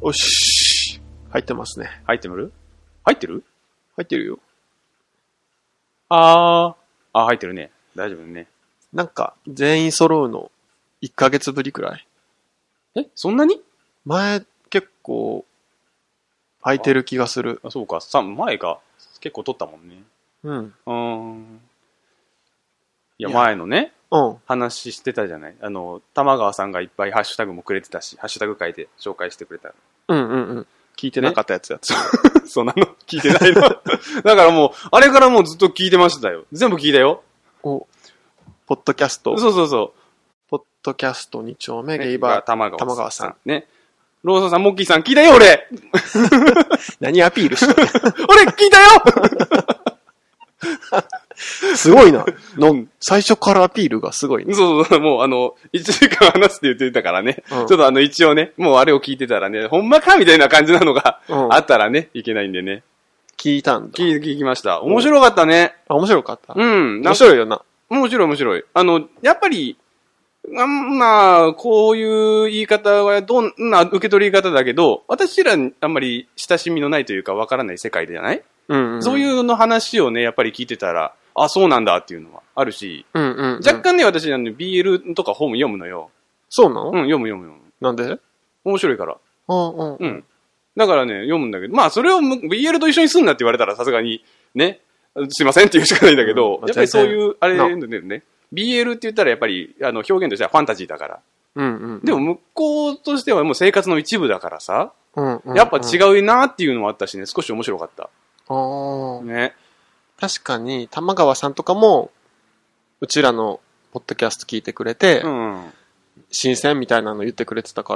おし。入ってますね。 入ってる？入ってる？ 入ってるよ。 入ってるね。大丈夫ね。 なんか、全員揃うの、1ヶ月ぶりくらい。 そんなに？ 前、結構、空いてる気がする。 あ、そうか。前か。結構撮ったもんね。いや、前のね、話してたじゃない。玉川さんがいっぱいハッシュタグもくれてたし、ハッシュタグ書いて紹介してくれた。 聞いてなかったやつやつ。 そうなの？聞いてないの？だからもう、あれからもうずっと聞いてましたよ。全部聞いたよ。 ポッドキャスト。 そう。 ポッドキャスト2丁目、ゲイバー、玉川さん。 ね。ローソンさん、モッキーさん、聞いたよ、俺！ 何アピールしてる？ 俺、聞いたよ！ すごいな。最初からアピールがすごいね。 そう、もう1時間話すって言ってたからね。ちょっと一応ね、もうあれを聞いてたらね、ほんまかみたいな感じなのがあったらね、いけないんでね。 聞いたんだ。 聞きました。面白かったね。 面白かった。面白いよな。 面白い。やっぱり、まあ、こういう言い方はどんな受け取り方だけど、私らあんまり親しみのないというかわからない世界じゃない？そういうの話をね、やっぱり聞いてたら、あ、そうなんだっていうのはあるし、若干ね、私BL とか本読むのよ。 そうなの？ 読む。 なんで？ 面白いから。だからね、読むんだけど、まあそれを BL と一緒にすんなって言われたらさすがに、ね、すいませんって言うしかないんだけど、やっぱりそういう、あれなんだよね。BL って言ったらやっぱり、表現としてはファンタジーだから。でも向こうとしてはもう生活の一部だからさ、やっぱ違うなっていうのもあったしね、少し面白かった。ね。 確かに、玉川さんとかも、うちらのポッドキャスト聞いてくれて、新鮮みたいなの言ってくれてたから、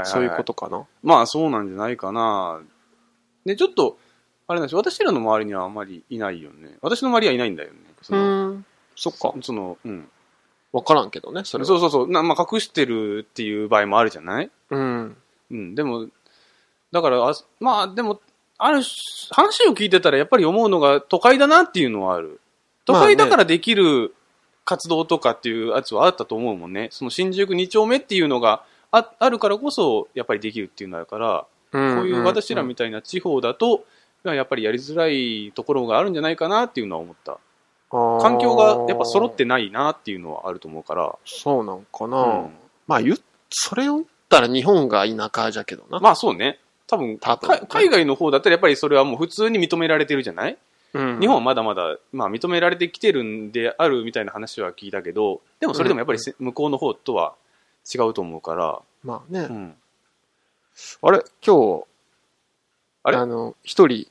そういうことかな。 まあそうなんじゃないかな。で、ちょっと、あれなんですよ、私らの周りにはあんまりいないよね。私の周りはいないんだよね。 そっか。 わからんけどね、それは。 そう。まあ隠してるっていう場合もあるじゃない？でも、だから、まあでも、話を聞いてたらやっぱり思うのが都会だなっていうのはある。都会だからできる活動とかっていうやつはあったと思うもんね。その新宿2丁目っていうのがあるからこそやっぱりできるっていうのがあるから、こういう私らみたいな地方だと、やっぱりやりづらいところがあるんじゃないかなっていうのは思った。環境がやっぱ揃ってないなっていうのはあると思うから。 そうなんかな。まあそれを言ったら日本が田舎じゃけどな。 まあそうね。多分海外の方だったらやっぱりそれはもう普通に認められてるじゃない？日本はまだまだ、まあ認められてきてるんであるみたいな話は聞いたけど、でもそれでもやっぱり向こうの方とは違うと思うから。 まあね。あれ今日、一人。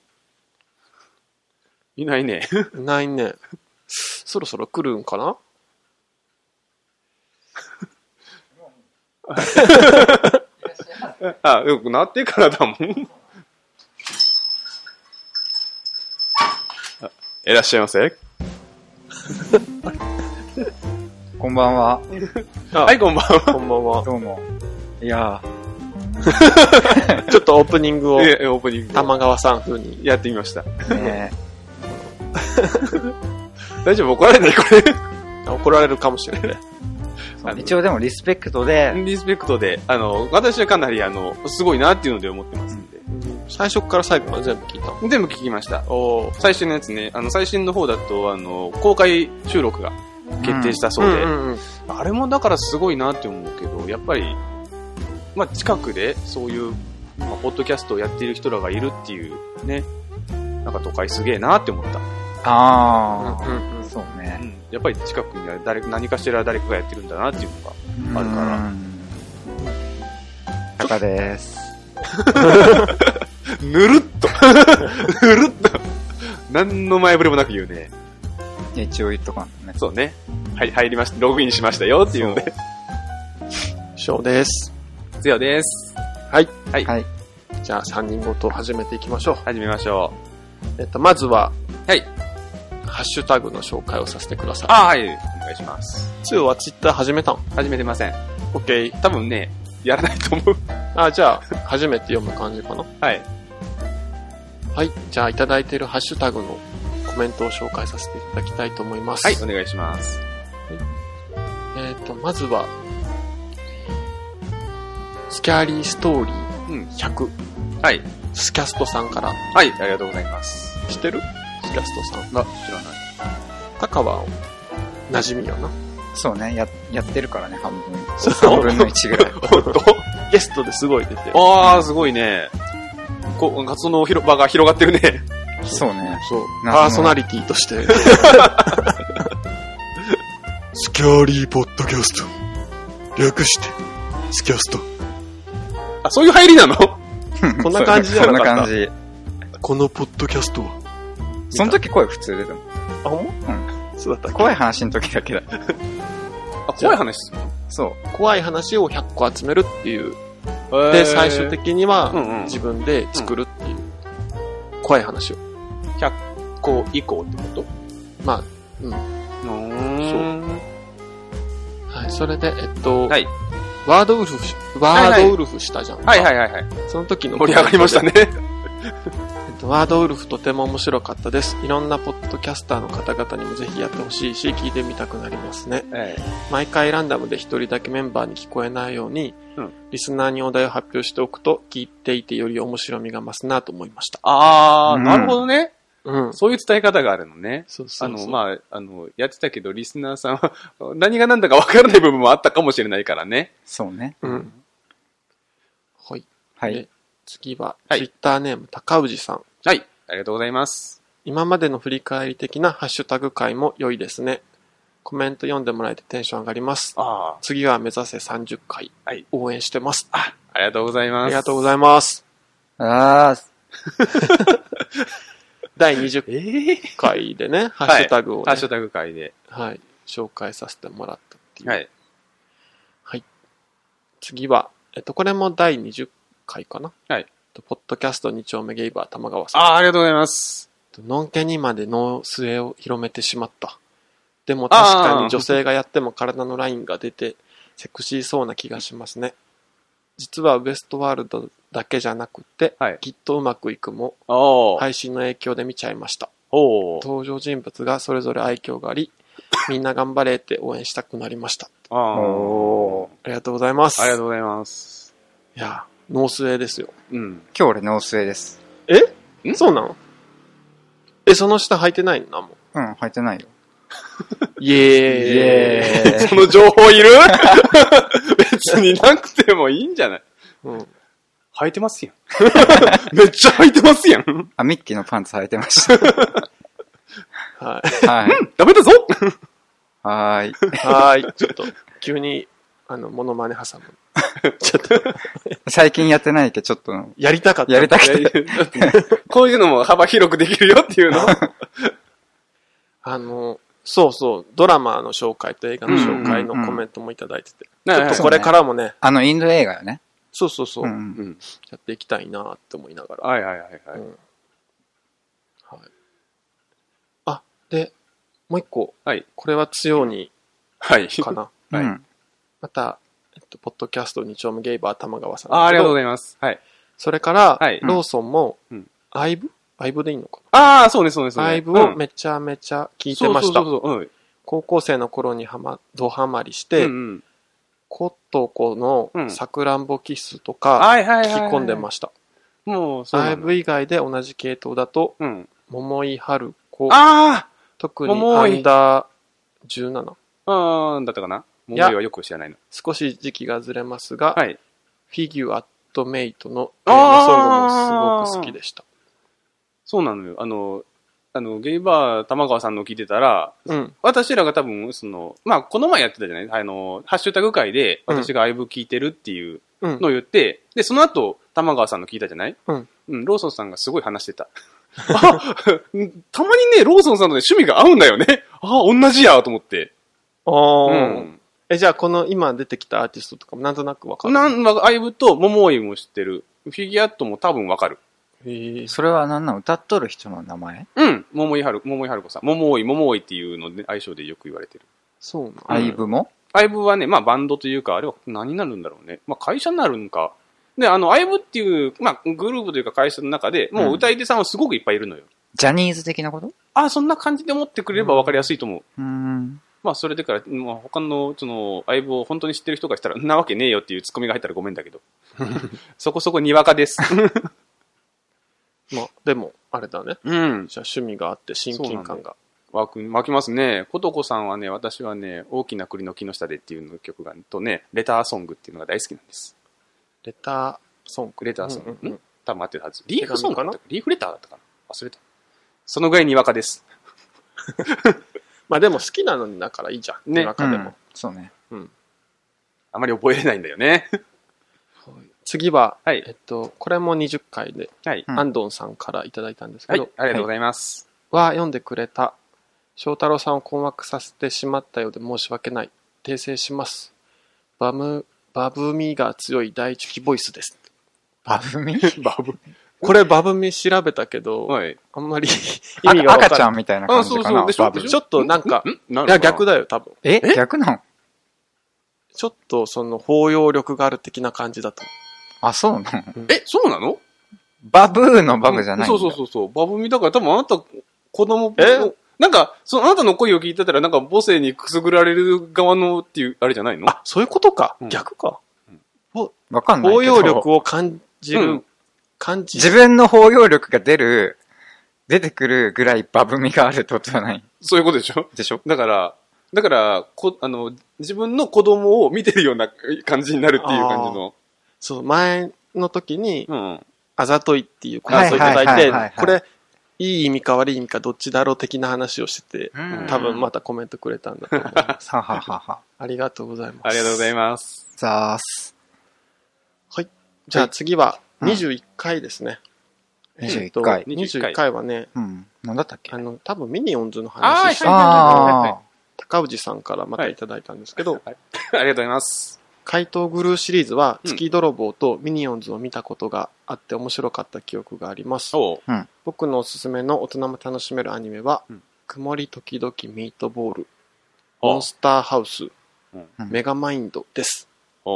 いないね。 いないね。そろそろ来るんかな？ よくなってからだもん。いらっしゃいませ。 こんばんは。 はい、こんばんは。 こんばんは。 どうも。いやちょっとオープニングを、玉川さん風にやってみました。 ね大丈夫？怒られないこれ。 怒られるかもしれない。 一応でもリスペクトで、 私はかなりすごいなっていうので思ってますんで。 最初から最後まで全部聞いた？ 全部聞きました。最新のやつね、最新の方だと、公開収録が決定したそうで、あれもだからすごいなって思うけど、やっぱり、まあ近くでそういう、ポッドキャストをやっている人らがいるっていうね、なんか都会すげえなって思った。 そうね。 やっぱり近くには何かしら誰かがやってるんだなっていうのがあるから。 タカです。 ぬるっと何の前触れもなく言うね。 一応言っとかんとね。 そうね。はい、入りました。ログインしましたよっていうので。 ショーです。 つよです。 はい。 じゃあ3人ごと始めていきましょう。 始めましょう。まずは、 はい。 ハッシュタグの紹介をさせてください。 はい。お願いします。 つよはツイッター始めたん？ 始めてません。 OK。 多分ね、やらないと思う。 じゃあ、初めて読む感じかな。 はい。 はい。じゃあ、いただいているハッシュタグのコメントを紹介させていただきたいと思います。 はい、お願いします。 まずは、スキャーリーストーリー 100。 はい。 スキャストさんから。 はい、ありがとうございます。 知ってる？スキャストさん。 知らない。 タカは、馴染みよな。 そうね、やってるからね、半分。3分の1ぐらい。 本当？ゲストですごい出てる。 あー、すごいね。その場が広がってるね。 そうね。 そう。パーソナリティとして。スキャーリーポッドキャスト。略して、スキャスト。 あ、そういう入りなの？ こんな感じじゃなかった。 そんな感じ。 このポッドキャストは。 その時声普通ででも。 あ、ほんま？うん。そうだったっけ？ 怖い話の時だけだ。 あ、怖い話する？ そう。 怖い話を100個集めるっていう。で、最終的には、自分で作るっていう。怖い話を。 100個以降ってこと？ まあ、うん。そう。はい、それで、はい。ワードウルフしたじゃん。 はいはいはいはい。 その時の盛り上がりましたね。 ワードウルフとても面白かったです。いろんなポッドキャスターの方々にもぜひやってほしいし、聞いてみたくなりますね。毎回ランダムで一人だけメンバーに聞こえないように、リスナーにお題を発表しておくと、聞いていてより面白みが増すなと思いました。 あー、なるほどね。 うん。 そういう伝え方があるのね。 そうそうそう。 やってたけど、リスナーさんは何が何だか分からない部分もあったかもしれないからね。 そうね。 うん。はい。 はい。 で、次は、ツイッターネーム、高氏さん。 はい。ありがとうございます。 今までの振り返り的なハッシュタグ回も良いですね。コメント読んでもらえてテンション上がります。次は目指せ30回。はい。応援してます。 ありがとうございます。 ありがとうございます。第20回でね、ハッシュタグをね、 ハッシュタグ回で。 はい。紹介させてもらったっていう。 はい。 はい。次は、これも第20回かな。 はい。 ポッドキャスト2丁目ゲイバー玉川さん。 ありがとうございます。 のんけにまでノースエを広めてしまった。でも確かに女性がやっても体のラインが出てセクシーそうな気がしますね。実はウエストワールドだけじゃなくて、きっとうまくいくも配信の影響で見ちゃいました。登場人物がそれぞれ愛嬌があり、みんな頑張れって応援したくなりました。ありがとうございます。 ありがとうございます。 いや、ノースエですよ。 うん。今日俺ノースエです。 そうなの？その下履いてないの？もう。履いてないよ。 イエーイ。 その情報いる？別になくてもいいんじゃない？うん。履いてますやん。めっちゃ履いてますやん。 あ、ミッキーのパンツ履いてました。 はい。 はい。ダメだぞ。 はーい。 はーい。ちょっと、急に、モノマネ挟む。ちょっと。 最近やってないけど、ちょっと。 やりたかった。 やりたくて。 こういうのも幅広くできるよっていうの。 そうそう、ドラマの紹介と映画の紹介のコメントもいただいてて。ちょっとこれからもね。 インド映画よね。 そうそうそう。やっていきたいなって思いながら。 はいはいはいはい。 あ、で、もう一個。 はい。 これは強に。 はい。 かな。 はい。 また、ポッドキャスト2丁目ゲイバー玉川さん。 ありがとうございます。はい。 それから、ローソンも、アイブでいいのかな？そうね、そうね、そうね。 アイブをめちゃめちゃ聞いてました。 そう高校生の頃にドハマりして、コットコのさくらんぼキスとか、聞き込んでました。 もう、 アイブ以外で同じ系統だと、桃井春子。特にアンダー17。 だったかな？桃井はよく知らないの。 少し時期がずれますが、フィギュアットメイトのテーマソングもすごく好きでした。 そうなのよ。ゲイバー玉川さんの聞いてたら、私らが多分、この前やってたじゃない？ハッシュタグ会で私がアイブ聞いてるっていうのを言って、で、その後、玉川さんの聞いたじゃない？ローソンさんがすごい話してた。たまにね、ローソンさんとね、趣味が合うんだよね。同じやと思って。 じゃあこの今出てきたアーティストとかもなんとなくわかる？ アイブと桃井も知ってる。フィギュアットも多分わかる。 それは何なの？歌っとる人の名前？ 桃井春子さん。桃井っていうので相性でよく言われてる。 そうなの？ アイブも？ アイブはね、バンドというか、あれは何になるんだろうね。会社になるんか。で、アイブっていう、グループというか会社の中で、もう歌い手さんはすごくいっぱいいるのよ。 ジャニーズ的なこと？ そんな感じで思ってくれればわかりやすいと思う。 まあ、それでから、まあ、他の、その、相棒を本当に知ってる人がしたら、んなわけねえよっていうツッコミが入ったらごめんだけど。そこそこにわかです。 まあ、でも、あれだね。 うん。 じゃあ趣味があって親近感が。 湧きますね。ことこさんはね、私はね、大きな栗の木の下でっていうの曲が、とね、レターソングっていうのが大好きなんです。 レターソング。 レターソング。 うんうんうん、 多分合ってるはず。リーフソングかな？リーフレターだったかな？忘れた。そのぐらいにわかです。 まあでも好きなのにだからいいじゃん。ね。中でも、 そうね。 うん。あまり覚えれないんだよね。 次は、 はい、 これも20回で、はい、アンドンさんからいただいたんですけど、 はい、ありがとうございます。 は読んでくれた。翔太郎さんを困惑させてしまったようで申し訳ない。訂正します。バブミが強い第一期ボイスです。 バブミこれバブミ調べたけど、 はい、 あんまり意味が分かんない。 赤ちゃんみたいな感じかな。 そうそうでちょっとなんか、いや逆だよ多分。 逆なの？ ちょっとその包容力がある的な感じだと。 あ、そうなの？ そうなの？ バブーのバブじゃないんだ。 そう。バブミだから多分あなた子供、なんか、あなたの声を聞いてたらなんか母性にくすぐられる側のっていう、あれじゃないの？ あ、そういうことか。逆か。 わかんないけど。 包容力を感じる。 自分の包容力が出てくるぐらいバブミがあるってことはない？ そういうことでしょ？ でしょ？ だから、自分の子供を見てるような感じになるっていう感じの。 そう、前の時に、あざといっていう感想をいただいて、これ、いい意味か悪い意味かどっちだろう的な話をしてて、多分またコメントくれたんだと思います。ありがとうございます。 ありがとうございます。 ざーす。 はい。じゃあ次は21回ですね。 21回。 21回はね、 何だったっけ？ 多分ミニオンズの話して高氏さんからまたいただいたんですけど、 ありがとうございます。 怪盗グルーシリーズは月泥棒とミニオンズを見たことがあって面白かった記憶があります。僕のおすすめの大人も楽しめるアニメは、曇り時々ミートボール、モンスターハウス、メガマインドです。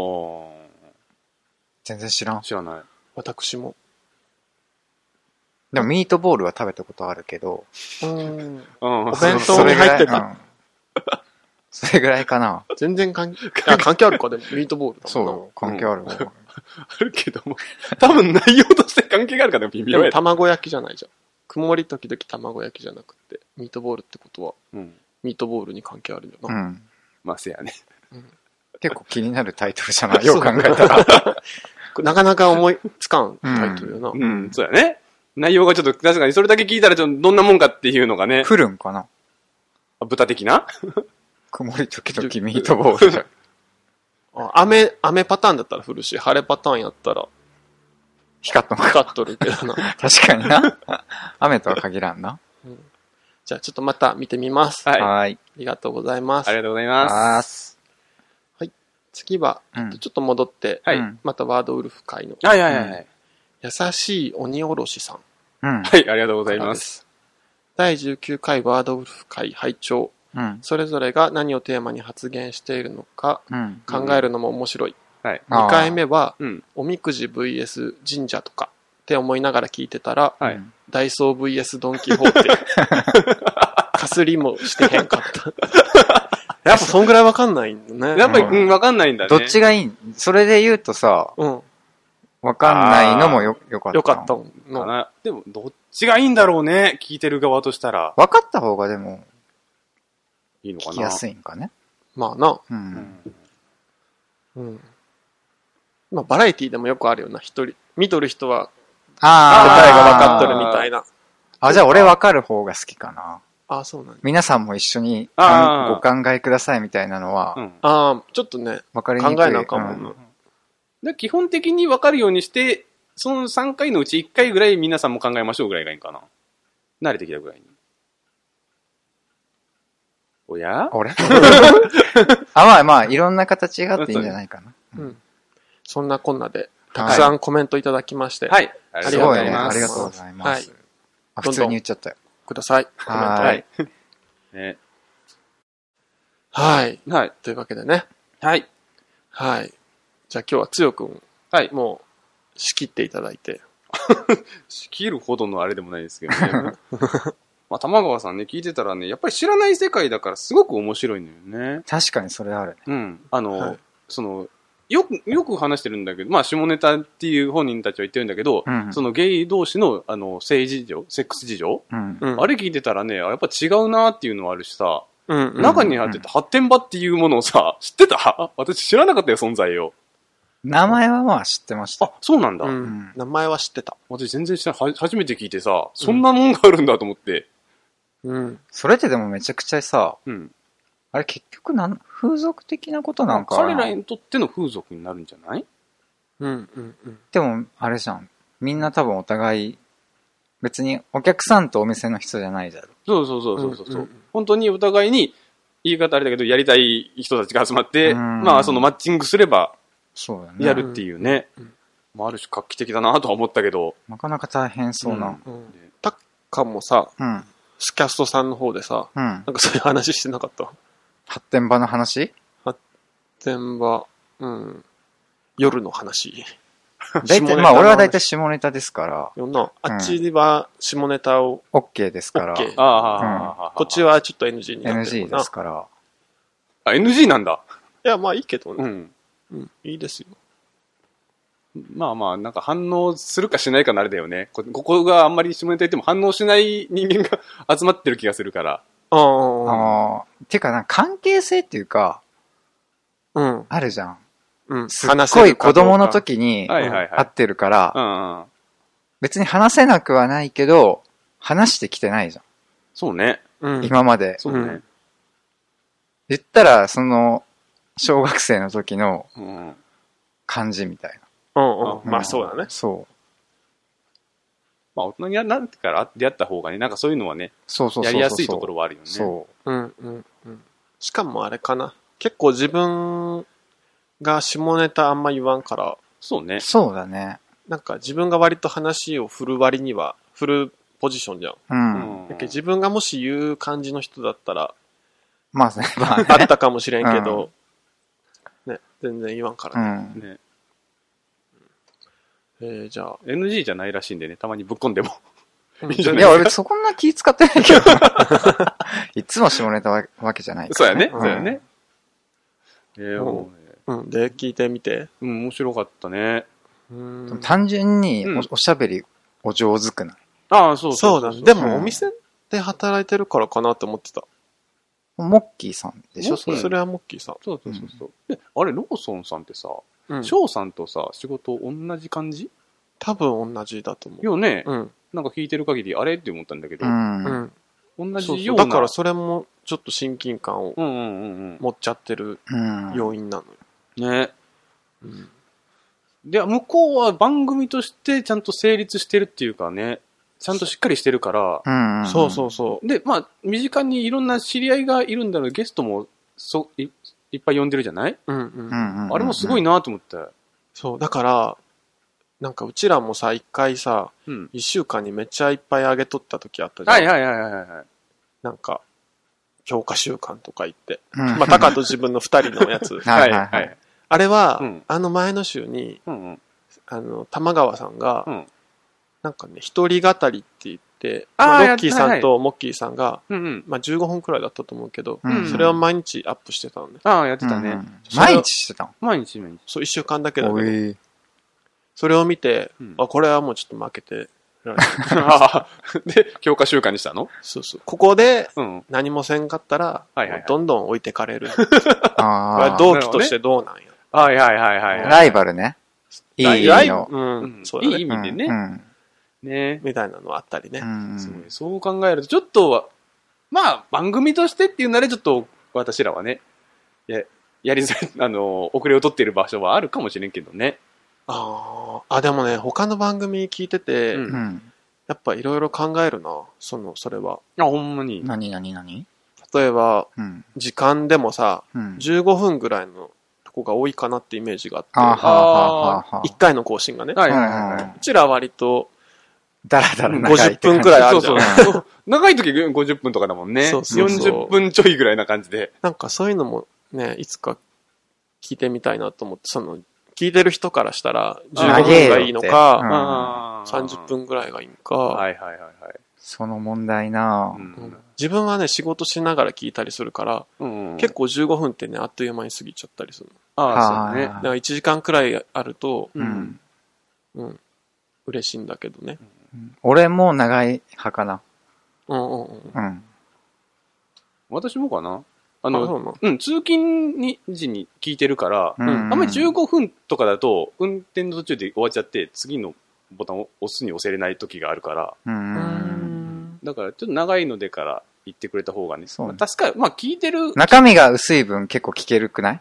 全然知らない。 私も。 でもミートボールは食べたことあるけど、 お弁当に入ってた。 それぐらいかな。 全然関係あるか。でもミートボールだもんな。 そう、関係ある。 あるけども、多分内容として関係があるから微妙や。 でも卵焼きじゃないじゃん。曇り時々卵焼きじゃなくて、ミートボールってことは、ミートボールに関係あるよな。 まあせやね。 結構気になるタイトルじゃない。よく考えたら。 なかなか思いつかんタイトルよな。 そうやね。内容がちょっと確かにそれだけ聞いたらちょっとどんなもんかっていうのがね。 降るんかな？ 豚的な？ 曇り時々ミートボールじゃ。 雨パターンだったら降るし、晴れパターンやったら光っとるけどな。 確かにな。雨とは限らんな。 じゃあちょっとまた見てみます。 はい。 ありがとうございます。 ありがとうございます。 はい。次は、ちょっと戻って、またワードウルフ会の。優しい鬼おろしさん。 はい、ありがとうございます。 第19回ワードウルフ会拝聴。それぞれが何をテーマに発言しているのか考えるのも面白い。2回目は、おみくじ VS 神社とかって思いながら聞いてたら、ダイソー VS ドンキホーテ。かすりもしてへんかった。やっぱそんぐらいわかんないんだね。 やっぱり、わかんないんだね。 どっちがいい？それで言うとさ、わかんないのもよかった。 よかったの。 でも、どっちがいいんだろうね。聞いてる側としたら。 わかった方がでも、 いいのかな。 聞きやすいんかね。 まあな。まあバラエティでもよくあるよな。見とる人は、答えがわかっとるみたいな。 じゃあ俺わかる方が好きかな。 そうなんだ。 皆さんも一緒にご考えくださいみたいなのは、 ちょっとね、 わかりにくい。 考えなあかんもんな。 基本的にわかるようにして、その3回のうち1回ぐらい皆さんも考えましょうぐらいがいいんかな。慣れてきたぐらいに。おや？ 俺まあ、いろんな形があっていいんじゃないかな。 そんなこんなで、たくさんコメントいただきまして。 はい。 ありがとうございます。ありがとうございます。普通に言っちゃったよ。 ください。コメント。はい。はい。というわけでね。 はい。 はい。じゃあ今日はつよくん、もう仕切っていただいて。 仕切るほどのあれでもないですけどね。 まあ、玉川さんね、聞いてたらね、やっぱり知らない世界だからすごく面白いのよね。 確かにそれあるね。 うん。 はいよく話してるんだけど、まあ、下ネタっていう本人たちは言ってるんだけど、そのゲイ同士の、性事情、セックス事情、あれ聞いてたらね、やっぱ違うなっていうのはあるしさ、中にあってた発展場っていうものをさ、知ってた？私知らなかったよ、存在を。 名前はまあ知ってました。 あ、そうなんだ。 名前は知ってた。 私全然知らない。初めて聞いてさ、そんなもんがあるんだと思って。 それってでもめちゃくちゃさ、あれ結局風俗的なことなんかな。 彼らにとっての風俗になるんじゃない？ でも、あれじゃん。みんな多分お互い、別にお客さんとお店の人じゃないじゃん。 そう。本当にお互いに、言い方あれだけど、やりたい人たちが集まって、まあそのマッチングすれば、 そうだね。 やるっていうね。まあ、ある種画期的だなとは思ったけど。 なかなか大変そうな。 タッカもさ、スキャストさんの方でさ、なんかそういう話してなかった？ 発展場の話？ 発展場、夜の話。 大体、まあ俺は大体下ネタですから。 あっちは下ネタを。 OK ですから。 こっちはちょっと NG になってる NG ですから。 あ、NG なんだ。 いや、まあいいけどね。いいですよ。 まあまあ、なんか反応するかしないかのあれだよね。ここがあんまり下ネタ言っても反応しない人間が集まってる気がするから。 てかな、関係性っていうか、あるじゃん。すっごい子供の時に会ってるから、別に話せなくはないけど、話してきてないじゃん。 そうね。 今まで。 そうね。 言ったら、小学生の時の感じみたいな。まあそうだね。 そう。 まあ大人になってから出会った方がね、なんかそういうのはね、やりやすいところはあるよね。 そう。 しかもあれかな。結構自分が下ネタあんま言わんから。 そうね。 そうだね。 なんか自分が割と話を振る割には、振るポジションじゃん。だけど自分がもし言う感じの人だったら、 まあね。 あったかもしれんけど、ね、全然言わんからね。じゃあ。 NG じゃないらしいんでね、たまにぶっこんでも。 いや、俺そこんな気使ってないけど。いつも下ネタわけじゃない。 そうやね。そうやね。 で、聞いてみて。 面白かったね。 単純におしゃべりお上手くない？ ああ、そうそうだね。でもお店で働いてるからかなって思ってた。 モッキーさんでしょ？ それはモッキーさん。 そう。で、あれ、ローソンさんってさ、翔さんとさ、仕事同じ感じ？ 多分同じだと思う。 よね。なんか聞いてる限り、あれって思ったんだけど、同じような。だからそれもちょっと親近感を持っちゃってる要因なのよ。ね。で、向こうは番組としてちゃんと成立してるっていうかね、ちゃんとしっかりしてるから、 そう。 で、まあ、身近にいろんな知り合いがいるんだろう、ゲストもいっぱい呼んでるじゃない？あれもすごいなと思って。 そう、だから、なんかうちらもさ、一回さ、一週間にめっちゃいっぱいあげとった時あったじゃん。 はい。 なんか、強化週間とか言って。まあ、タカと自分の二人のやつ。 はい。 あれは、前の週に、玉川さんが、なんかね、一人語りって言って、ロッキーさんとモッキーさんが、まあ15分くらいだったと思うけど、それを毎日アップしてたのね。 ああ、やってたね。 毎日してたの？ 毎日。 そう、一週間だけだけど。それを見て、これはもうちょっと負けてられる。で、強化習慣にしたの？ そう。ここで、何もせんかったら、どんどん置いてかれる。同期としてどうなんや。 はい。 ライバルね。いい意味の。 そうだね。 いい意味でね。ね、 みたいなのあったりね。 そう考えると、ちょっとは、まあ、番組としてっていうならちょっと、私らはね、やりづらい、遅れを取っている場所はあるかもしれんけどね。 でもね、他の番組聞いてて、やっぱいろいろ考えるな、それは。 ほんまに。 何例えば、時間でもさ、15分ぐらいのとこが多いかなってイメージがあって、1回の更新がね。うちらは割と、 だらだら 50分くらいあるじゃん。 長い時50分とかだもんね。40分ちょいぐらいな感じで。 なんかそういうのもね、いつか聞いてみたいなと思って、聞いてる人からしたら15分がいいのか、30分ぐらいがいいのか。 その問題な、 自分はね、仕事しながら聞いたりするから、結構15分ってね、あっという間に過ぎちゃったりするの。 ああ、そうね。 だから1時間くらいあると、嬉しいんだけどね。 俺も長い派かな。 私もかな。通勤時に聞いてるから、あんまり15分とかだと、運転の途中で終わっちゃって、次のボタンを押すに押せれない時があるから、だからちょっと長いのでから言ってくれた方がね、助かる。まあ聞いてる。 中身が薄い分結構聞けるくない？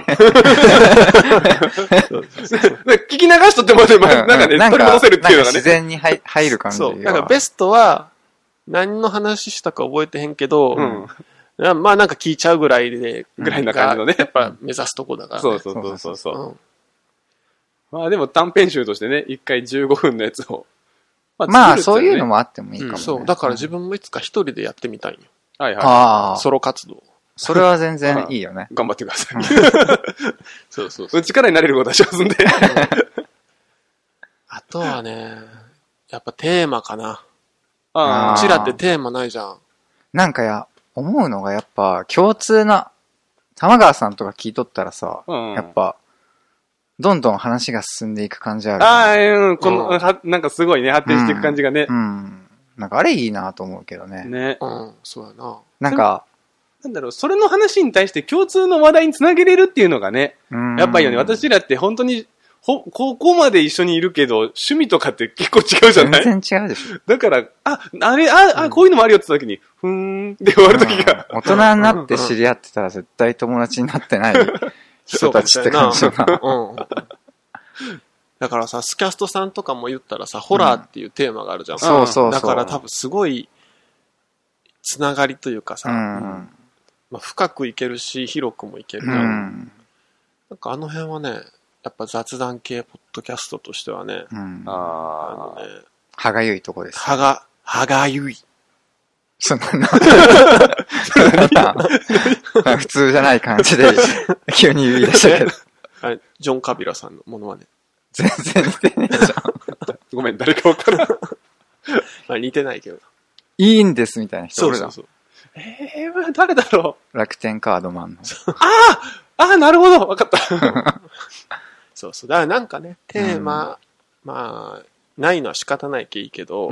聞き流しとってもなんかね、取り戻せるっていうのがね。 自然に入る感じ。 そう。なんかベストは、何の話したか覚えてへんけど、まあなんか聞いちゃうぐらいな感じのね。 やっぱ目指すとこだから、ね。 そう。まあでも短編集としてね、1回15分のやつを。 まあそういうのもあってもいいかもね。 そう。だから自分もいつか一人でやってみたいよ。 はいはい。 ソロ活動。 それは全然いいよね。 頑張ってください。そう。力になれることはしますんで。 あとはね、やっぱテーマかな。 うちらってテーマないじゃん。 なんか思うのがやっぱ共通な、玉川さんとか聞いとったらさ、やっぱ、どんどん話が進んでいく感じある。 なんかすごいね、発展していく感じがね。 なんかあれいいなと思うけどね。 ね。 そうやな。 なんか、 なんだろう、それの話に対して共通の話題につなげれるっていうのがね、やっぱりよね、私らって本当に、ここまで一緒にいるけど、趣味とかって結構違うじゃない？ 全然違うでしょ。 だから、こういうのもあるよって言った時に、ふーんで終わる時が。 大人になって知り合ってたら絶対友達になってない人たちって感じだな。 だからさ、スキャストさんとかも言ったらさ、ホラーっていうテーマがあるじゃん。 そう。 だから多分すごい、つながりというかさ、深くいけるし、広くもいけるじゃん。なんかあの辺はね、やっぱ雑談系ポッドキャストとしてはね、 歯がゆいとこです。 歯がゆい。 そんな普通じゃない感じで、急に言い出したけど。 ジョン・カビラさんのものはね。 全然似てねえじゃん。 ごめん、誰かわからん。 まあ似てないけど。 いいんですみたいな人おるじゃん。 そう。誰だろう。楽天カードマンの。 なるほど、わかった。 そう。だからなんかね、テーマ、まあ、ないのは仕方ないけいいけど、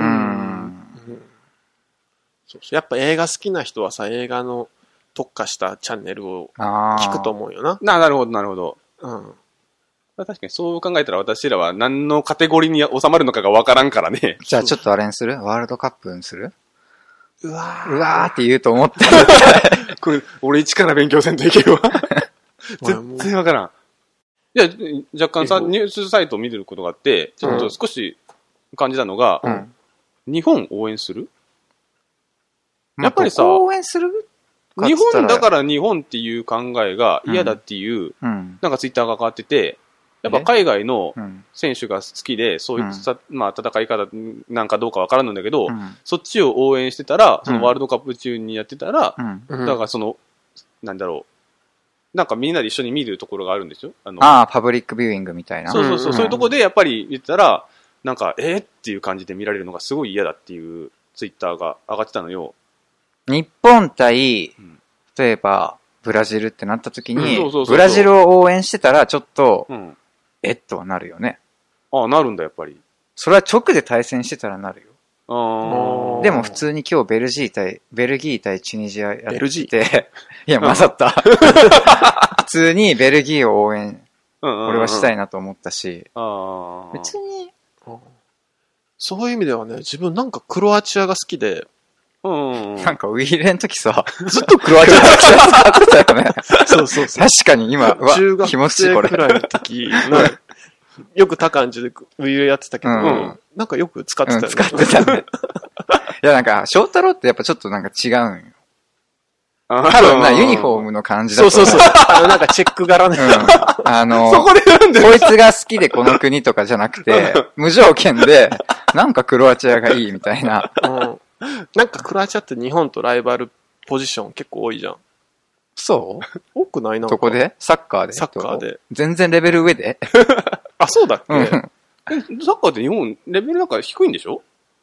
そうやっぱ映画好きな人はさ、映画の特化したチャンネルを聞くと思うよな。 なるほど。確かにそう考えたら私らは何のカテゴリーに収まるのかがわからんからね。 じゃあちょっとあれにする？ワールドカップにする？ うわーって言うと思った。 これ、俺一から勉強せんといけるわ。全然わからん。いや、若干さ、ニュースサイトを見てることがあって、ちょっと少し感じたのが、日本応援する？やっぱりさ、 応援する？ 日本だから日本っていう考えが嫌だっていう、なんかツイッターが変わってて、やっぱ海外の選手が好きで、そういうまあ戦い方なんかどうかわからんのだけど、そっちを応援してたら、そのワールドカップ中にやってたら、だからその、なんだろう、なんかみんなで一緒に見るところがあるんですよ。 パブリックビューイングみたいな。 そう、そういうところでやっぱり言ったら、なんか、っていう感じで見られるのがすごい嫌だっていうツイッターが上がってたのよ。 日本対、例えば、ブラジルってなった時に、ブラジルを応援してたら、ちょっと、とはなるよね。 なるんだ、やっぱり。 それは直で対戦してたらなるよ。でも普通に今日ベルギー対チュニジアやってて、いや、混ざった。普通にベルギーを応援、俺はしたいなと思ったし、別に、 そういう意味ではね、自分なんかクロアチアが好きで、 なんかウィーレンの時さ、ずっとクロアチア使ってたよね。 そう。 確かに今、 中学生くらいの時、よく多感じでウィーレンやってたけど、なんかよく使ってたよね。 使ってたね。いやなんか、翔太郎ってやっぱちょっとなんか違うんよ。多分な、ユニフォームの感じだと。 そう。なんかチェック柄ね。 そこでなんでこいつが好きでこの国とかじゃなくて、無条件で、なんかクロアチアがいいみたいな。 なんかクロアチアって日本とライバルポジション結構多いじゃん。 そう多くないな。 どこで？サッカーで。全然レベル上で。 そうだっけ？ サッカーって日本レベルなんか低いんでしょ？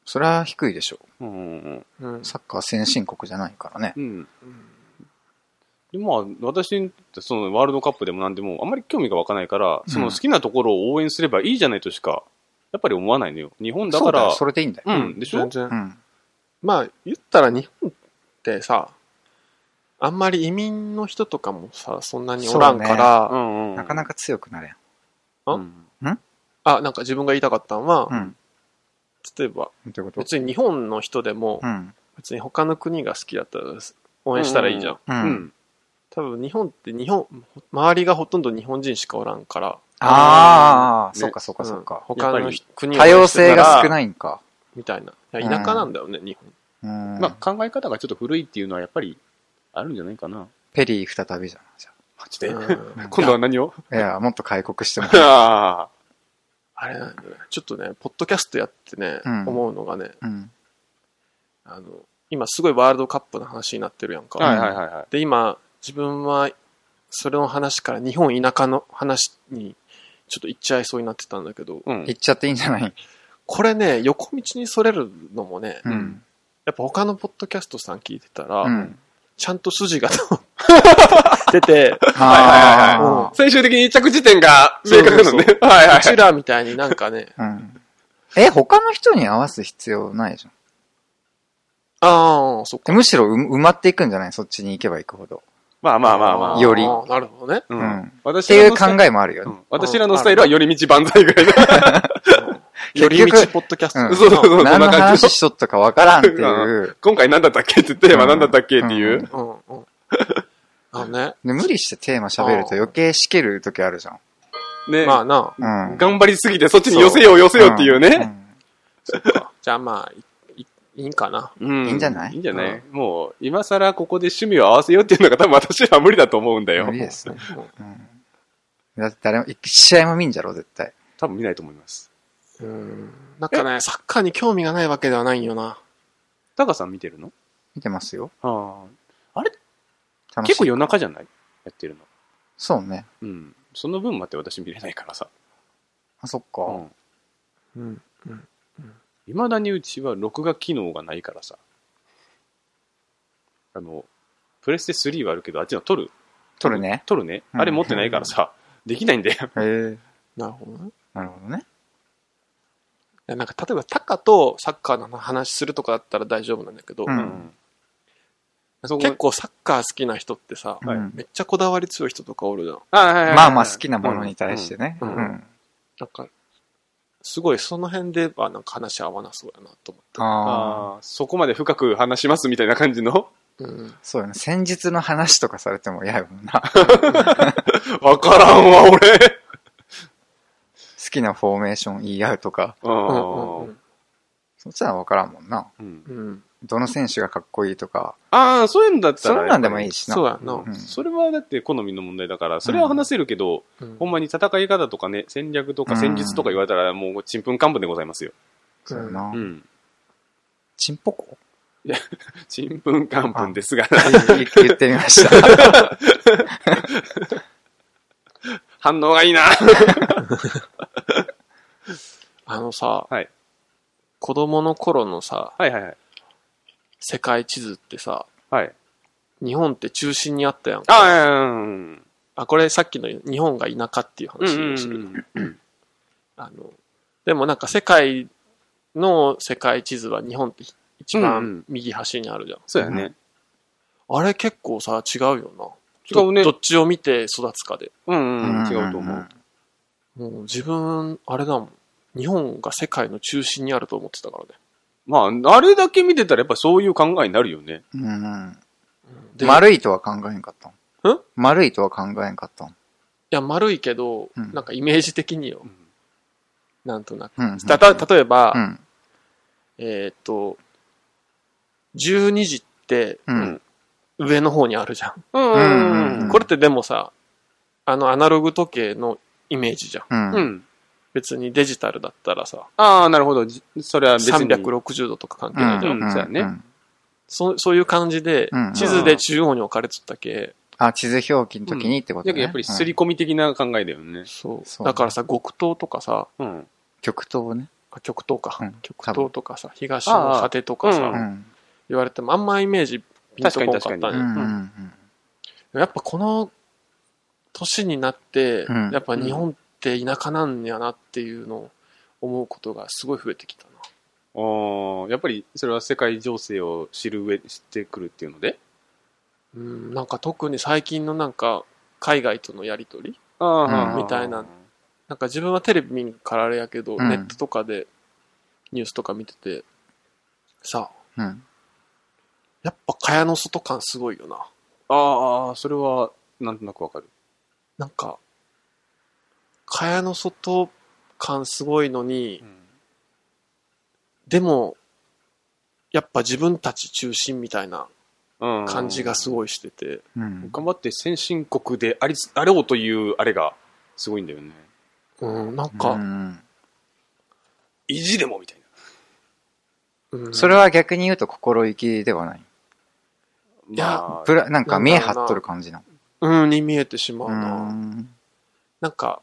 それは低いでしょ。 サッカー先進国じゃないからね。 で私、そのワールドカップでもなんでもあんまり興味が湧かないから、その好きなところを応援すればいいじゃないとしか、やっぱり思わないのよ。日本だから。 それでいいんだよ。 でしょ？ まあ、言ったら日本ってさ、あんまり移民の人とかもさ、そんなにおらんから、 なかなか強くなれん。 なんか自分が言いたかったのは、例えば、別に日本の人でも、別に他の国が好きだったら応援したらいいじゃん。多分日本って周りがほとんど日本人しかおらんから。 そうか。 他の国多様性が少ないんか。 みたいな。田舎なんだよね、日本。 考え方がちょっと古いっていうのはやっぱりあるんじゃないかな。 ペリー再びじゃん。 マジで今度は何を？ いや、もっと開国してもらう。 あれなんだよね。ちょっとね、ポッドキャストやってね、思うのがね、今すごいワールドカップの話になってるやんか。で、今、自分は、それの話から日本田舎の話にちょっと行っちゃいそうになってたんだけど。 行っちゃっていいんじゃない？ これね、横道にそれるのもね、やっぱ他のポッドキャストさん聞いてたら、ちゃんと筋が出て、 最終的に着地点が明確なのね。 うちらみたいになんかね。 他の人に合わす必要ないじゃん。 そっか。 むしろ埋まっていくんじゃない？そっちに行けば行くほど。 まあ。 より。 なるほどね。 っていう考えもあるよね。 私らのスタイルは寄り道万歳ぐらいだ。 寄り道ポッドキャスト。 そう何の話しとったかわからんっていう。 今回何だったっけってテーマ何だったっけっていう。 無理してテーマ喋ると余計しける時あるじゃん。 ね。 まあな。 頑張りすぎてそっちに寄せようっていうね。 そっか。じゃあまあ、いいんかな。 いいんじゃない？ いいんじゃない？もう、今更ここで趣味を合わせようっていうのが多分私は無理だと思うんだよ。 無理ですね。だって誰も、一試合も見んじゃろ、絶対。 多分見ないと思います。 なんかね、サッカーに興味がないわけではないんよな。 タカさん見てるの？ 見てますよ。 あれ結構夜中じゃない？やってるの。 そうね。 その分まで私見れないからさ。 そっか。 未だにうちは録画機能がないからさ。プレステ3はあるけど、あっちの撮るね。あれ持ってないからさ、できないんだよ。 なるほどね。 なるほどね。 なんか例えばタカとサッカーの話するとかだったら大丈夫なんだけど、結構サッカー好きな人ってさ、めっちゃこだわり強い人とかおるじゃん。 まあ好きなものに対してね。 なんかすごいその辺ではなんか話合わなそうやなと思って。 そこまで深く話しますみたいな感じの。 そうよね。戦術の話とかされても嫌よな。 わからんわ俺。 好きなフォーメーション言い合うとか。そっちは分からんもんな。どの選手がかっこいいとか。 そういうんだったら。 そんなんでもいいしな。 そうやな。 それはだって好みの問題だから、それは話せるけど、ほんまに戦い方とかね、戦略とか戦術とか言われたらもうちんぷんかんぷんでございますよ。 そうやな。ちんぽこ？ いや、ちんぷんかんぷんですが。 言ってみました。 反応がいいな。 子供の頃のさ、世界地図ってさ、日本って中心にあったやん。これさっきの日本が田舎っていう話をする。でもなんか世界の世界地図は日本って一番右端にあるじゃん。 そうやね。 あれ結構さ、違うよな。 違うね。 どっちを見て育つかで。 違うと思う。 もう自分、あれだもん。日本が世界の中心にあると思ってたからね。 まあ、あれだけ見てたらやっぱそういう考えになるよね。 丸いとは考えんかったん？丸いとは考えんかったん？いや、丸いけど、なんかイメージ的によ。なんとなく。例えば、12時って、上の方にあるじゃん。これってでもさ、アナログ時計のイメージじゃん。別にデジタルだったらさ。 なるほど。それは別に。 360度とか関係ないじゃん。 そうやね。 そういう感じで、地図で中央に置かれてたけ。 地図表記の時にってことね。 やっぱり刷り込み的な考えだよね。 そう。だからさ、極東とかさ、 極東ね。 極東か、極東とかさ、東の果てとかさ、言われてもあんまイメージピンとこなかったね。やっぱこの年になって、やっぱ日本って田舎なんやなっていうのを思うことがすごい増えてきたな。 やっぱりそれは世界情勢を知ってくるっていうので、 なんか特に最近のなんか海外とのやりとりみたいな、なんか自分はテレビ見るからあれやけど、ネットとかでニュースとか見ててさ、やっぱ蚊帳の外感すごいよな。 それはなんとなくわかる。 なんか蚊帳の外感すごいのに、でもやっぱ自分たち中心みたいな感じがすごいしてて、 頑張って先進国であろうというあれがすごいんだよね。 なんか、 意地でもみたいな。それは逆に言うと心意気ではない。いや、なんか見え張っとる感じな。 に見えてしまうな。なんか、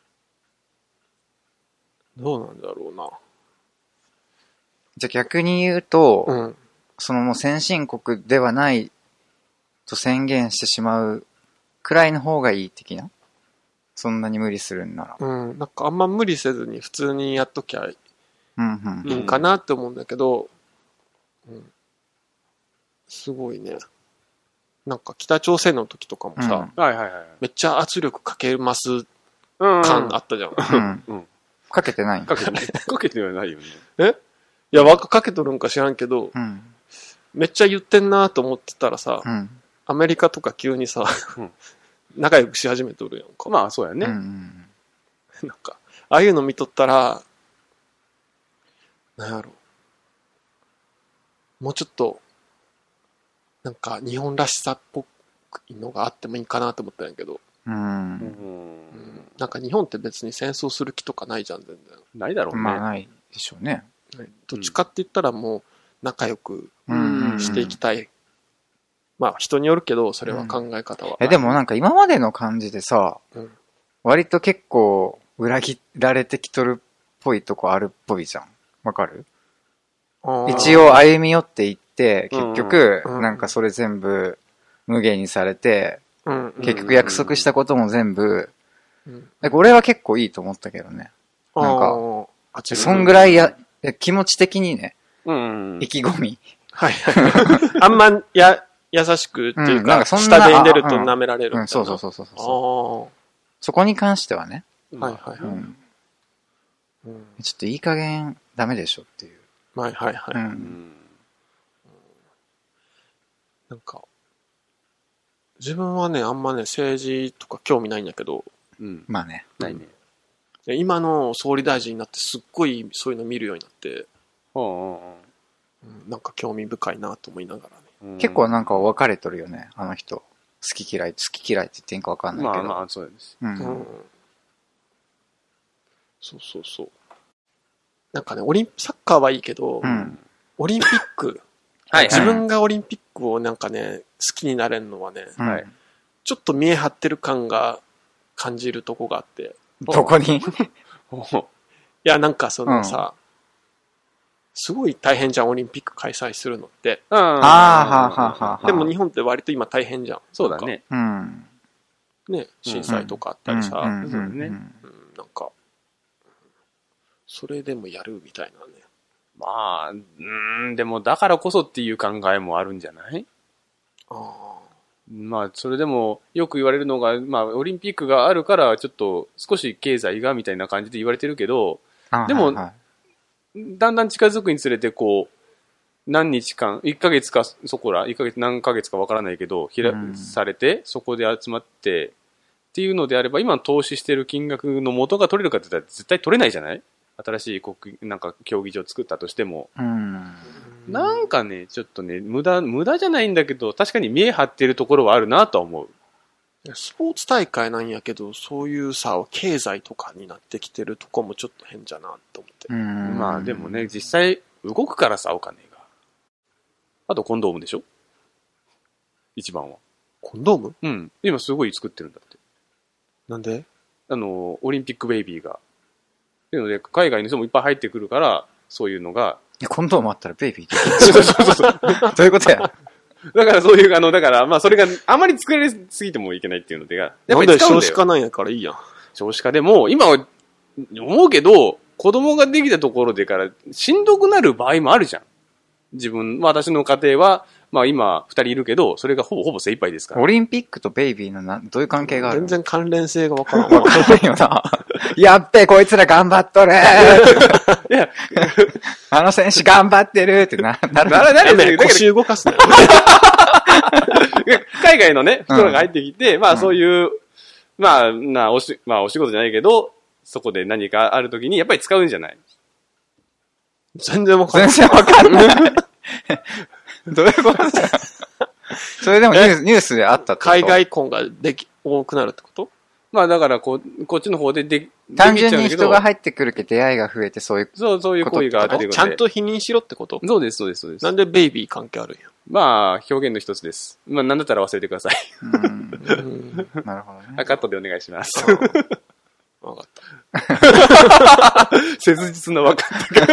どうなんだろうな。 じゃあ逆に言うと、そのもう先進国ではないと宣言してしまうくらいの方がいい的な？そんなに無理するんなら。 なんかあんま無理せずに普通にやっときゃいいんかなって思うんだけど、すごいね。なんか北朝鮮の時とかもさ、めっちゃ圧力かけます感あったじゃん。 かけてないかけてはないよね。いや、かけとるんか知らんけど、めっちゃ言ってんなと思ってたらさ、アメリカとか急にさ、仲良くし始めとるやんか。 まあそうやね。 なんか、ああいうの見とったら、なんやろ。もうちょっと、なんか日本らしさっぽいのがあってもいいかなと思ったんやけど。なんか日本って別に戦争する気とかないじゃん、全然。 ないだろうね。 まあないでしょうね。 どっちかって言ったらもう仲良くしていきたい。まあ人によるけど、それは考え方は。 でもなんか今までの感じでさ、割と結構裏切られてきとるっぽいとこあるっぽいじゃん。わかる？一応歩み寄っていって、結局、なんかそれ全部無限にされて、結局約束したことも全部、俺は結構いいと思ったけどね。なんか、そんぐらい気持ち的にね、意気込み。 あんま優しくっていうか、下で出ると舐められるみたいな。 そう。そこに関してはね。ちょっといい加減ダメでしょっていう。 なんか、自分はね、あんまね、政治とか興味ないんだけど。 まあね。 ないね。 今の総理大臣になってすっごいそういうの見るようになって、なんか興味深いなと思いながらね。 結構なんか分かれとるよね、あの人。好き嫌いって言っていいんか分かんないけど。 まあそうです。 そう。なんかね、サッカーはいいけど、オリンピック、自分がオリンピックをなんかね、好きになれるのはね、ちょっと見え張ってる感が感じるとこがあって。 どこに？いや、なんかそのさ、すごい大変じゃん、オリンピック開催するのって。でも日本って割と今大変じゃん。 そうだね。 ね、震災とかあったりさ、なんか、それでもやるみたいなね。 まあ、でもだからこそっていう考えもあるんじゃない？まあ、それでもよく言われるのが、まあ、オリンピックがあるからちょっと少し経済がみたいな感じで言われてるけど、でも、だんだん近づくにつれてこう、何日間、1ヶ月かそこら、1ヶ月何ヶ月かわからないけど、されて、そこで集まって、っていうのであれば、今投資してる金額の元が取れるかって言ったら絶対取れないじゃない？新しいなんか競技場作ったとしても。なんかね、ちょっとね、無駄じゃないんだけど、確かに見え張ってるところはあるなとは思う。 スポーツ大会なんやけど、そういうさ、経済とかになってきてるとこもちょっと変じゃなと思って。 まあでもね、実際動くからさ、お金が。あとコンドームでしょ？一番は。 コンドーム？ うん。今すごい作ってるんだって。 なんで？ オリンピックベイビーが。 っていうので、海外の人もいっぱい入ってくるから、そういうのが。 いや、コンドームあったらベイビーできる。そう。どういうことや。 だからそういう、だから、まあそれがあまり作られすぎてもいけないっていうので、やっぱり少子化なんやからいいやん。 少子化でも、今は、思うけど、子供ができたところでから、しんどくなる場合もあるじゃん。私の家庭は、まあ今、二人いるけど、それがほぼ精一杯ですから。 オリンピックとベイビーのどういう関係がある？ 全然関連性がわからん。 わからんよな。やっべ、こいつら頑張っとるいや、あの選手頑張ってるってなるね。腰動かすね。 海外のね、人が入ってきて、まあそういう、まあお仕事じゃないけど、そこで何かあるときにやっぱり使うんじゃない？ 全然わかんない。 全然わかんない。どういうことだそれでもニュースであったってこと？ 海外婚が多くなるってこと？ まあだからこっちの方で単純に人が入ってくるけど出会いが増えてそういう行為が出てくる。 ちゃんと否認しろってこと？ そうです。 なんでベイビー関係あるんや？ まあ表現の一つです。まあなんだったら忘れてください。 なるほどね。 カットでお願いします。 わかった。 切実なわかった。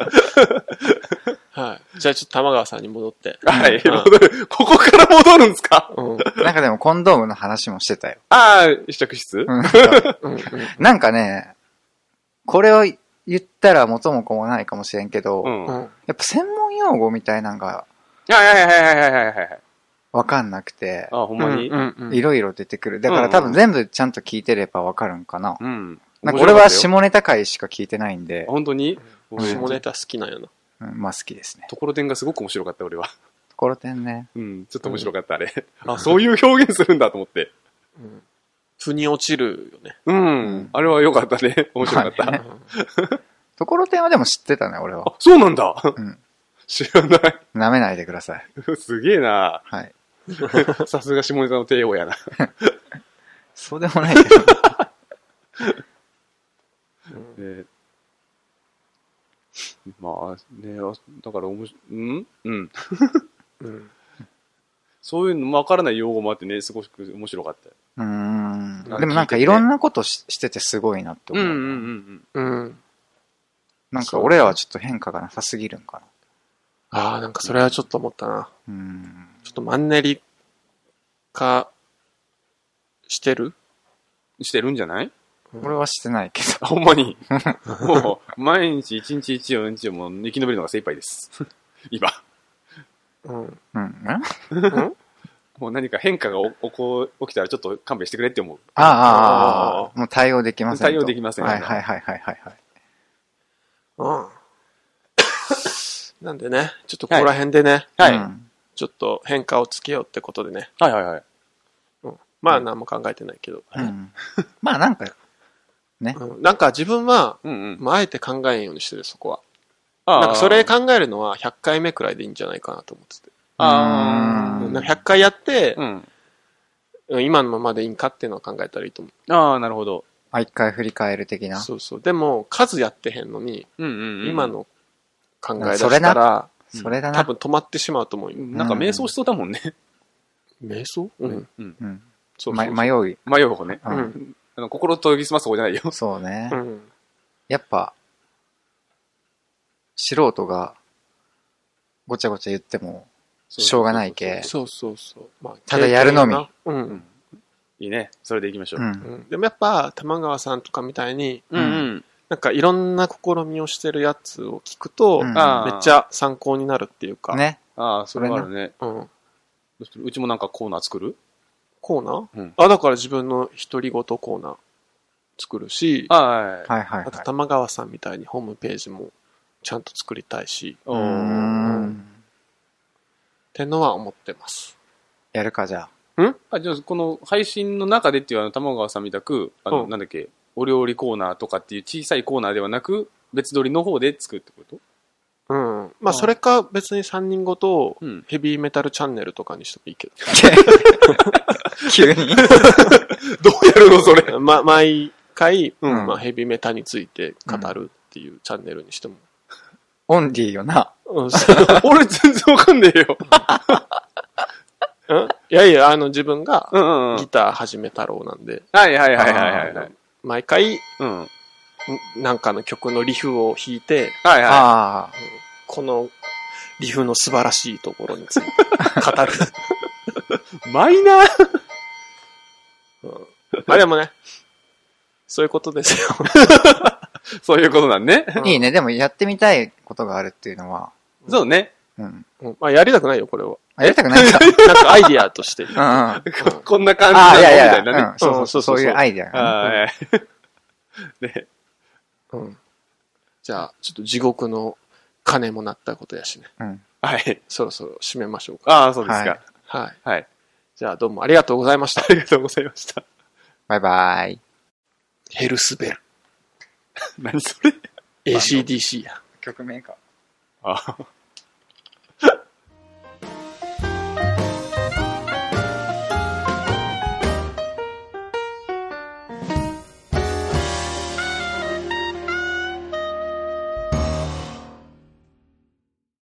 はい。じゃあちょっと玉川さんに戻って。 はい。ここから戻るんですか？ なんかでもコンドームの話もしてたよ。 ああ、試着室？ なんかね、これを言ったら元も子もないかもしれんけど、やっぱ専門用語みたいなのが、 はい。 わかんなくて、 ほんまにいろいろ出てくる。だから多分全部ちゃんと聞いてればわかるんかな。なんか俺は下ネタ回しか聞いてないんで。 本当に？ 下ネタ好きなんやな。 まあ好きですね。 ところてんがすごく面白かった、俺は。 ところてんね。 ちょっと面白かった、あれ。そういう表現するんだと思って。 腑に落ちるよね。 あれは良かったね。面白かった。 ところてんはでも知ってたね、俺は。 そうなんだ。知らない。 舐めないでください。 すげえな。 はい。 さすが下ネタの帝王やな。 そうでもないけど。 まあね、だからそういうの分からない用語もあってね、すごく面白かったよ。 でもなんかいろんなことしててすごいなって思う。なんか俺らはちょっと変化がなさすぎるんかな。なんかそれはちょっと思ったな。ちょっとマンネリ化してるんじゃない？ 俺はしてないけど。 ほんまに。もう、毎日一日一日をもう生き延びるのが精一杯です。今。もう何か変化が起きたらちょっと勘弁してくれって思う。 もう対応できません。 対応できません。 はい。 なんでね、ちょっとここら辺でね、ちょっと変化をつけようってことでね。 はい。 まあ何も考えてないけど。 まあなんか、ね。 なんか自分は、あえて考えんようにしてる、そこは。なんかそれ考えるのは100回目くらいでいいんじゃないかなと思ってて。なんか100回やって、今のままでいいんかっていうのを考えたらいいと思う。なるほど。 一回振り返る的な。 そう。でも、数やってへんのに、今の考え出したら、 それだな。 多分止まってしまうと思うよ。 なんか瞑想しそうだもんね。 瞑想？ 迷う方ね。心研ぎ澄ます方じゃないよ。 そうね。やっぱ、素人がごちゃごちゃ言ってもしょうがないけ。 そう。 ただやるのみ。 いいね。それでいきましょう。 でもやっぱ、玉川さんとかみたいに、なんかいろんな試みをしてるやつを聞くと、めっちゃ参考になるっていうか。 ね。 それはあるね。うちもなんかコーナー作る？ コーナー？だから自分の独り言コーナー作るし、あと玉川さんみたいにホームページもちゃんと作りたいし、ってのは思ってます。 やるか、じゃあ。じゃあ、この配信の中でっていう玉川さんみたく、なんだっけ、お料理コーナーとかっていう小さいコーナーではなく、別撮りの方で作るってこと？ まあ、それか別に3人ごとヘビーメタルチャンネルとかにしてもいいけど。 急にどうやるのそれ。 毎回、ヘビーメタについて語るっていうチャンネルにしても。 オンリーよな。 俺全然わかんねえよ。 いや、自分がギター始め太郎なんで。 はい。 毎回、 なんかの曲のリフを弾いて、 はいはい。このリフの素晴らしいところについて語る。 マイナー、 まあでもね、そういうことですよ。 そういうことなんね。 いいね。でもやってみたいことがあるっていうのは。 そうね。 まあやりたくないよ、これは。 やりたくないんだ。 なんかアイディアとして。 こんな感じなのみたいなね。 そういうアイディアがね。 じゃあ、ちょっと地獄の鐘も鳴ったことやしね。 はい。 そろそろ締めましょうか。 ああ、そうですか。 はい。はい。じゃあどうもありがとうございました。 ありがとうございました。 バイバイ。 ヘルスベル。 何それ？ ACDC や。 曲名か。 ああ。